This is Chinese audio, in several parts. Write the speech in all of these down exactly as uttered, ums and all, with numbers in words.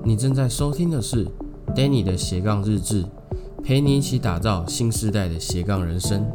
你正在收听的是 Danny 的斜杠日志，陪你一起打造新时代的斜杠人生。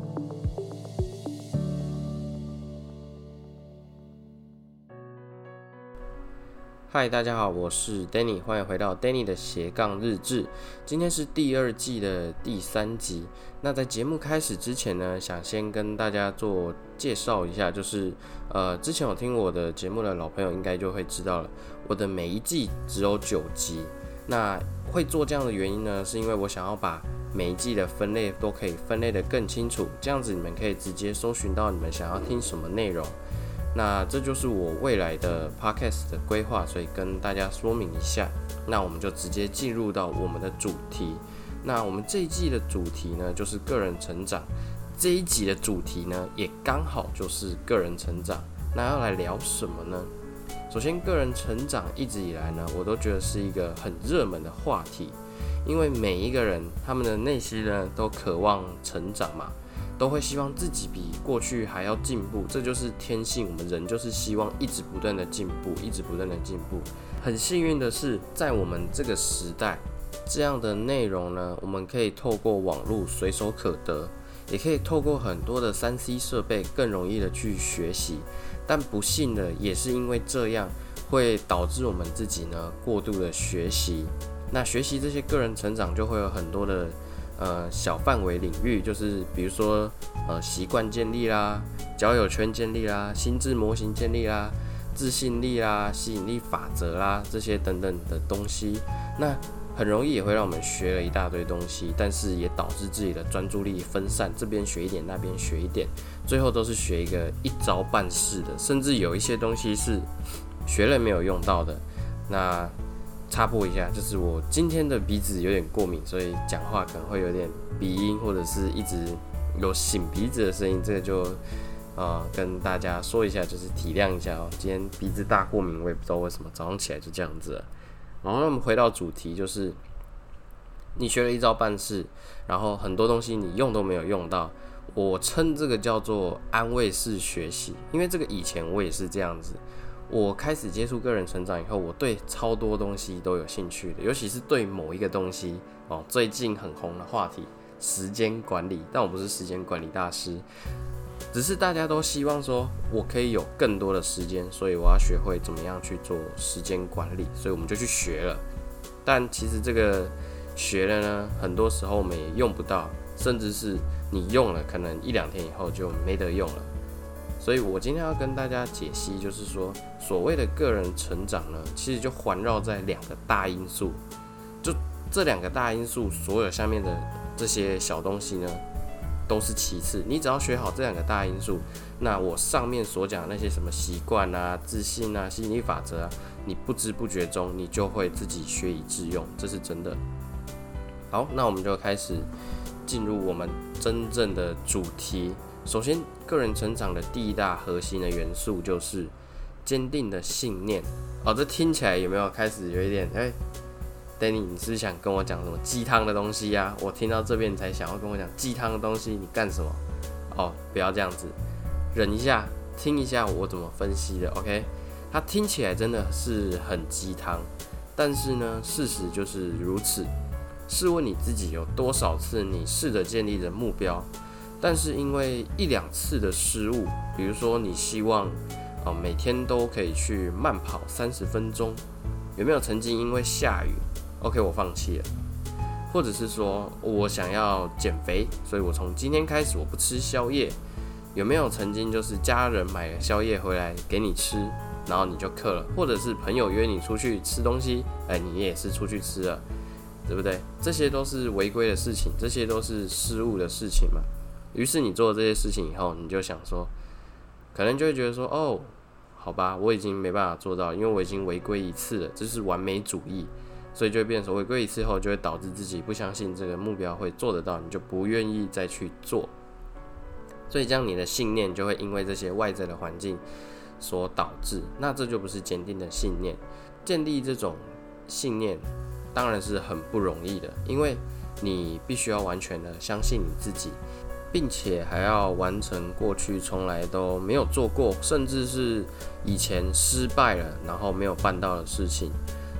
嗨，大家好，我是 Danny， 欢迎回到 Danny 的斜杠日志。今天是第二季的第三集。那在节目开始之前呢，想先跟大家做介绍一下，就是呃，之前有听我的节目的老朋友应该就会知道了，我的每一季只有九集。那会做这样的原因呢，是因为我想要把每一季的分类都可以分类得更清楚，这样子你们可以直接搜寻到你们想要听什么内容。那这就是我未来的 podcast 的规划，所以跟大家说明一下。那我们就直接进入到我们的主题。那我们这一季的主题呢，就是个人成长。这一集的主题呢，也刚好就是个人成长。那要来聊什么呢？首先，个人成长一直以来呢，我都觉得是一个很热门的话题，因为每一个人他们的内心呢，都渴望成长嘛。都会希望自己比过去还要进步，这就是天性，我们人就是希望一直不断的进步，一直不断的进步。很幸运的是，在我们这个时代，这样的内容呢，我们可以透过网络随手可得，也可以透过很多的 三 C 设备更容易的去学习。但不幸的也是因为这样，会导致我们自己呢过度的学习。那学习这些个人成长就会有很多的呃，小范围领域，就是比如说呃习惯建立啦、交友圈建立啦、心智模型建立啦、自信力啦、吸引力法则啦，这些等等的东西。那很容易也会让我们学了一大堆东西，但是也导致自己的专注力分散，这边学一点，那边学一点，最后都是学一个一招半式的，甚至有一些东西是学了没有用到的。那插播一下，就是我今天的鼻子有点过敏，所以讲话可能会有点鼻音，或者是一直有擤鼻子的声音，这个就呃跟大家说一下，就是体谅一下哦。今天鼻子大过敏，我也不知道为什么，早上起来就这样子了。然后我们回到主题，就是你学了一招半式，然后很多东西你用都没有用到，我称这个叫做安慰式学习，因为这个以前我也是这样子。我开始接触个人成长以后，我对超多东西都有兴趣的，尤其是对某一个东西哦，最近很红的话题——时间管理。但我不是时间管理大师，只是大家都希望说我可以有更多的时间，所以我要学会怎么样去做时间管理，所以我们就去学了。但其实这个学了呢，很多时候我们也用不到，甚至是你用了，可能一两天以后就没得用了。所以我今天要跟大家解析，就是说，所谓的个人成长呢，其实就环绕在两个大因素。就这两个大因素，所有下面的这些小东西呢，都是其次。你只要学好这两个大因素，那我上面所讲的那些什么习惯啊、自信啊、吸引力法则啊，你不知不觉中你就会自己学以致用，这是真的。好，那我们就开始进入我们真正的主题。首先，个人成长的第一大核心的元素就是坚定的信念。哦，这听起来有没有开始有一点？哎、欸、，Danny， 你是不是想跟我讲什么鸡汤的东西啊？我听到这边才想要跟我讲鸡汤的东西，你干什么？哦，不要这样子，忍一下，听一下我怎么分析的。OK， 它听起来真的是很鸡汤，但是呢，事实就是如此。试问你自己有多少次你试着建立的目标？但是因为一两次的失误，比如说你希望、哦、每天都可以去慢跑三十分钟，有没有曾经因为下雨 ，OK 我放弃了？或者是说我想要减肥，所以我从今天开始我不吃宵夜，有没有曾经就是家人买了宵夜回来给你吃，然后你就克了？或者是朋友约你出去吃东西，哎，你也是出去吃了，对不对？这些都是违规的事情，这些都是失误的事情嘛。于是你做了这些事情以后，你就想说，可能就会觉得说，哦，好吧，我已经没办法做到，因为我已经违规一次了，这是完美主义，所以就会变成说，违规一次后，就会导致自己不相信这个目标会做得到，你就不愿意再去做，所以这样你的信念就会因为这些外在的环境所导致，那这就不是坚定的信念。建立这种信念当然是很不容易的，因为你必须要完全的相信你自己。并且还要完成过去从来都没有做过，甚至是以前失败了然后没有办到的事情。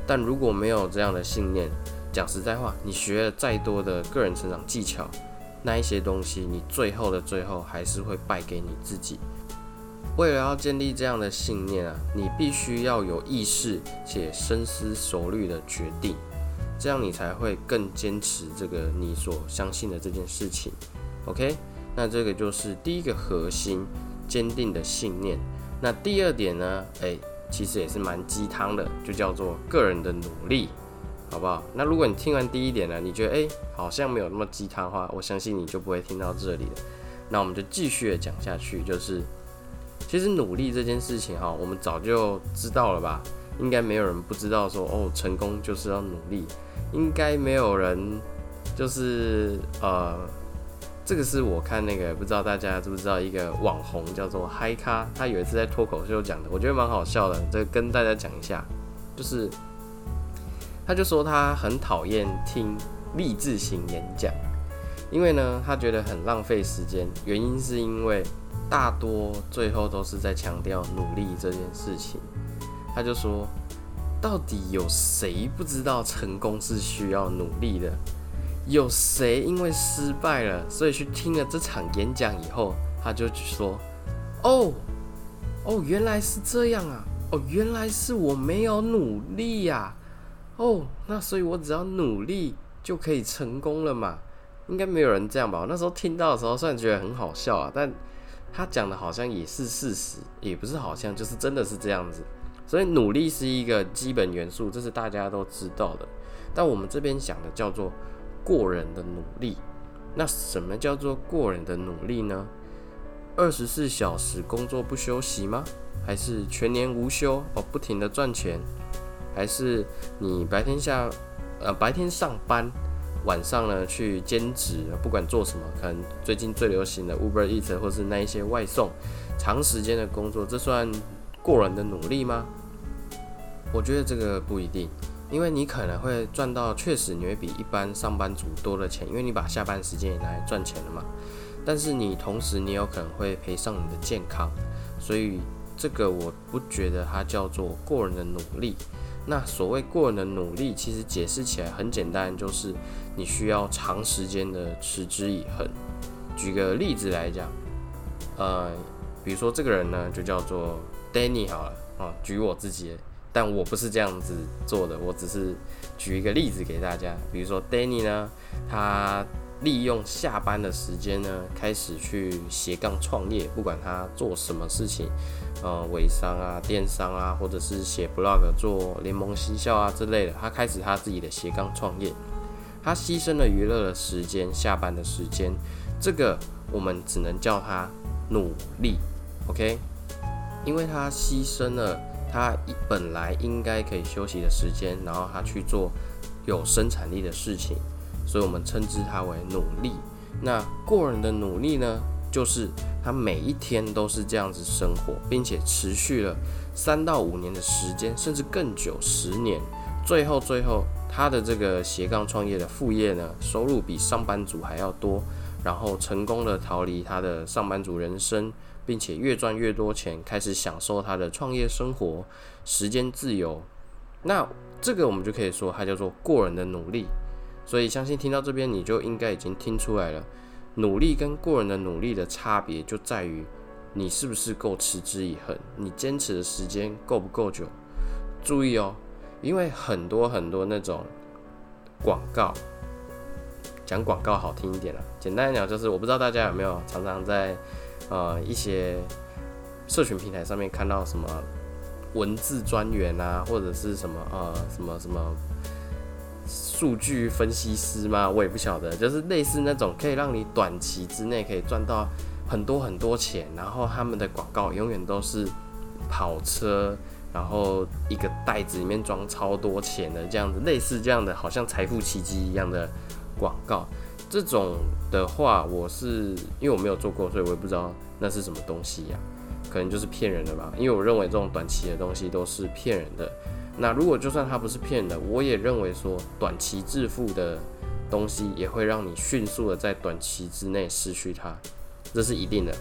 但如果没有这样的信念，讲实在话，你学了再多的个人成长技巧，那一些东西，你最后的最后还是会败给你自己。为了要建立这样的信念啊，你必须要有意识且深思熟虑的决定，这样你才会更坚持这个你所相信的这件事情。OK， 那这个就是第一个核心，坚定的信念。那第二点呢，哎，其实也是蛮鸡汤的，就叫做个人的努力，好不好？那如果你听完第一点呢，你觉得哎好像没有那么鸡汤的话，我相信你就不会听到这里了。那我们就继续的讲下去，就是其实努力这件事情哈，我们早就知道了吧？应该没有人不知道说哦，成功就是要努力。应该没有人就是呃，这个是我看那个不知道大家知不知道一个网红叫做嗨咖，他有一次在脱口秀讲的，我觉得蛮好笑的，这个跟大家讲一下，就是他就说他很讨厌听励志型演讲，因为呢他觉得很浪费时间，原因是因为大多最后都是在强调努力这件事情。他就说，到底有谁不知道成功是需要努力的？有谁因为失败了，所以去听了这场演讲以后，他就说：“哦，哦，原来是这样啊！哦，原来是我没有努力呀！哦，那所以我只要努力就可以成功了嘛？”应该没有人这样吧？我那时候听到的时候，虽然觉得很好笑啊，但他讲的好像也是事实，也不是好像，就是真的是这样子。所以努力是一个基本元素，这是大家都知道的。但我们这边讲的叫做过人的努力。那什么叫做过人的努力呢？二十四小时工作不休息吗？还是全年无休哦，不停的赚钱？还是你白天下呃白天上班，晚上呢去兼职，不管做什么，可能最近最流行的 Uber Eats 或是那一些外送，长时间的工作，这算过人的努力吗？我觉得这个不一定，因为你可能会赚到，确实你会比一般上班族多的钱，因为你把下班时间也拿来赚钱了嘛。但是你同时你有可能会赔上你的健康，所以这个我不觉得它叫做过人的努力。那所谓过人的努力，其实解释起来很简单，就是你需要长时间的持之以恒。举个例子来讲，呃，比如说这个人呢，就叫做 Danny 好了，哦，举我自己的，但我不是这样子做的，我只是举一个例子给大家。比如说 Danny 呢，他利用下班的时间呢，开始去斜杠创业，不管他做什么事情，呃，微商啊、电商啊，或者是写 blog、做联盟行销啊之类的，他开始他自己的斜杠创业。他牺牲了娱乐的时间、下班的时间，这个我们只能叫他努力 ，OK？ 因为他牺牲了他本来应该可以休息的时间，然后他去做有生产力的事情，所以我们称之他为努力。那过人的努力呢，就是他每一天都是这样子生活，并且持续了三到五年的时间，甚至更久，十年。最后，最后他的这个斜杠创业的副业呢，收入比上班族还要多，然后成功的逃离他的上班族人生，并且越赚越多钱，开始享受他的创业生活，时间自由。那这个我们就可以说，它叫做过人的努力。所以相信听到这边，你就应该已经听出来了，努力跟过人的努力的差别就在于你是不是够持之以恒，你坚持的时间够不够久。注意哦，因为很多很多那种广告，讲广告好听一点啦，简单来讲就是我不知道大家有没有常常在呃一些社群平台上面看到什么文字专员啊，或者是什么呃什么什么数据分析师吗？我也不晓得，就是类似那种可以让你短期之内可以赚到很多很多钱，然后他们的广告永远都是跑车，然后一个袋子里面装超多钱的这样子，类似这样的，好像财富奇迹一样的广告。这种的话，我是因为我没有做过，所以我也不知道那是什么东西呀、啊，可能就是骗人的吧。因为我认为这种短期的东西都是骗人的。那如果就算它不是骗人的，我也认为说短期致富的东西也会让你迅速的在短期之内失去它，这是一定的。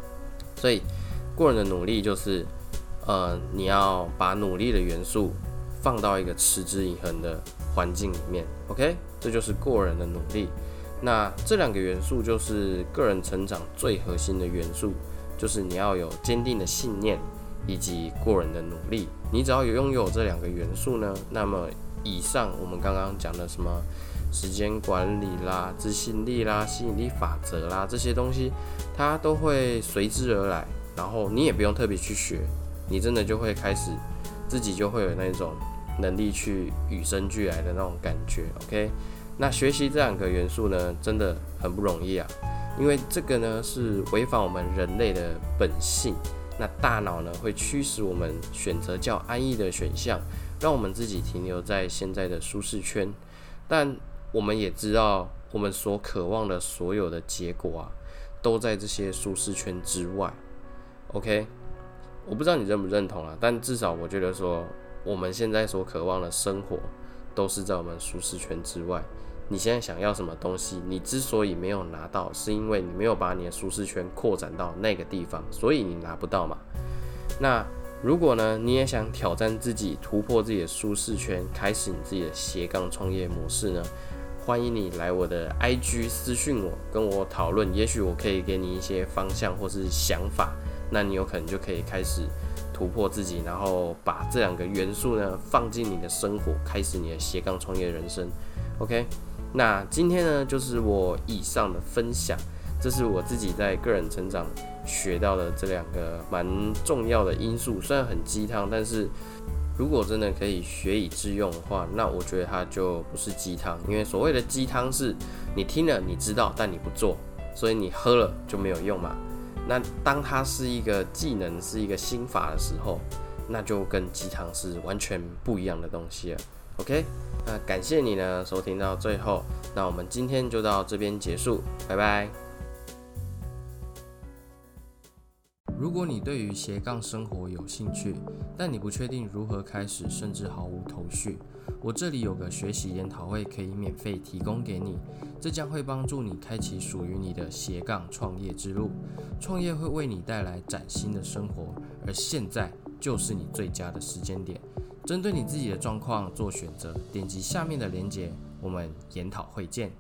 所以过人的努力就是，呃，你要把努力的元素放到一个持之以恒的环境里面。OK， 这就是过人的努力。那这两个元素就是个人成长最核心的元素，就是你要有坚定的信念以及过人的努力。你只要有拥有这两个元素呢，那么以上我们刚刚讲的什么时间管理啦、执行力啦、吸引力法则啦，这些东西它都会随之而来，然后你也不用特别去学，你真的就会开始自己就会有那种能力去与生俱来的那种感觉。 OK， 那学习这两个元素呢真的很不容易啊，因为这个呢是违反我们人类的本性。那大脑呢会驱使我们选择较安逸的选项，让我们自己停留在现在的舒适圈，但我们也知道我们所渴望的所有的结果啊都在这些舒适圈之外。 OK， 我不知道你认不认同啊，但至少我觉得说我们现在所渴望的生活都是在我们舒适圈之外。你现在想要什么东西，你之所以没有拿到，是因为你没有把你的舒适圈扩展到那个地方，所以你拿不到嘛。那如果呢，你也想挑战自己，突破自己的舒适圈，开始你自己的斜杠创业模式呢？欢迎你来我的 I G 私讯我，跟我讨论，也许我可以给你一些方向或是想法，那你有可能就可以开始突破自己，然后把这两个元素呢放进你的生活，开始你的斜杠创业人生。OK。那今天呢，就是我以上的分享，这是我自己在个人成长学到的这两个蛮重要的因素。虽然很鸡汤，但是如果真的可以学以致用的话，那我觉得它就不是鸡汤。因为所谓的鸡汤是你听了你知道，但你不做，所以你喝了就没有用嘛。那当它是一个技能，是一个心法的时候，那就跟鸡汤是完全不一样的东西了。OK， 那感谢你呢收听到最后，那我们今天就到这边结束，拜拜。如果你对于斜杠生活有兴趣，但你不确定如何开始，甚至毫无头绪，我这里有个学习研讨会可以免费提供给你，这将会帮助你开启属于你的斜杠创业之路。创业会为你带来崭新的生活，而现在就是你最佳的时间点。针对你自己的状况做选择，点击下面的连结，我们研讨会见。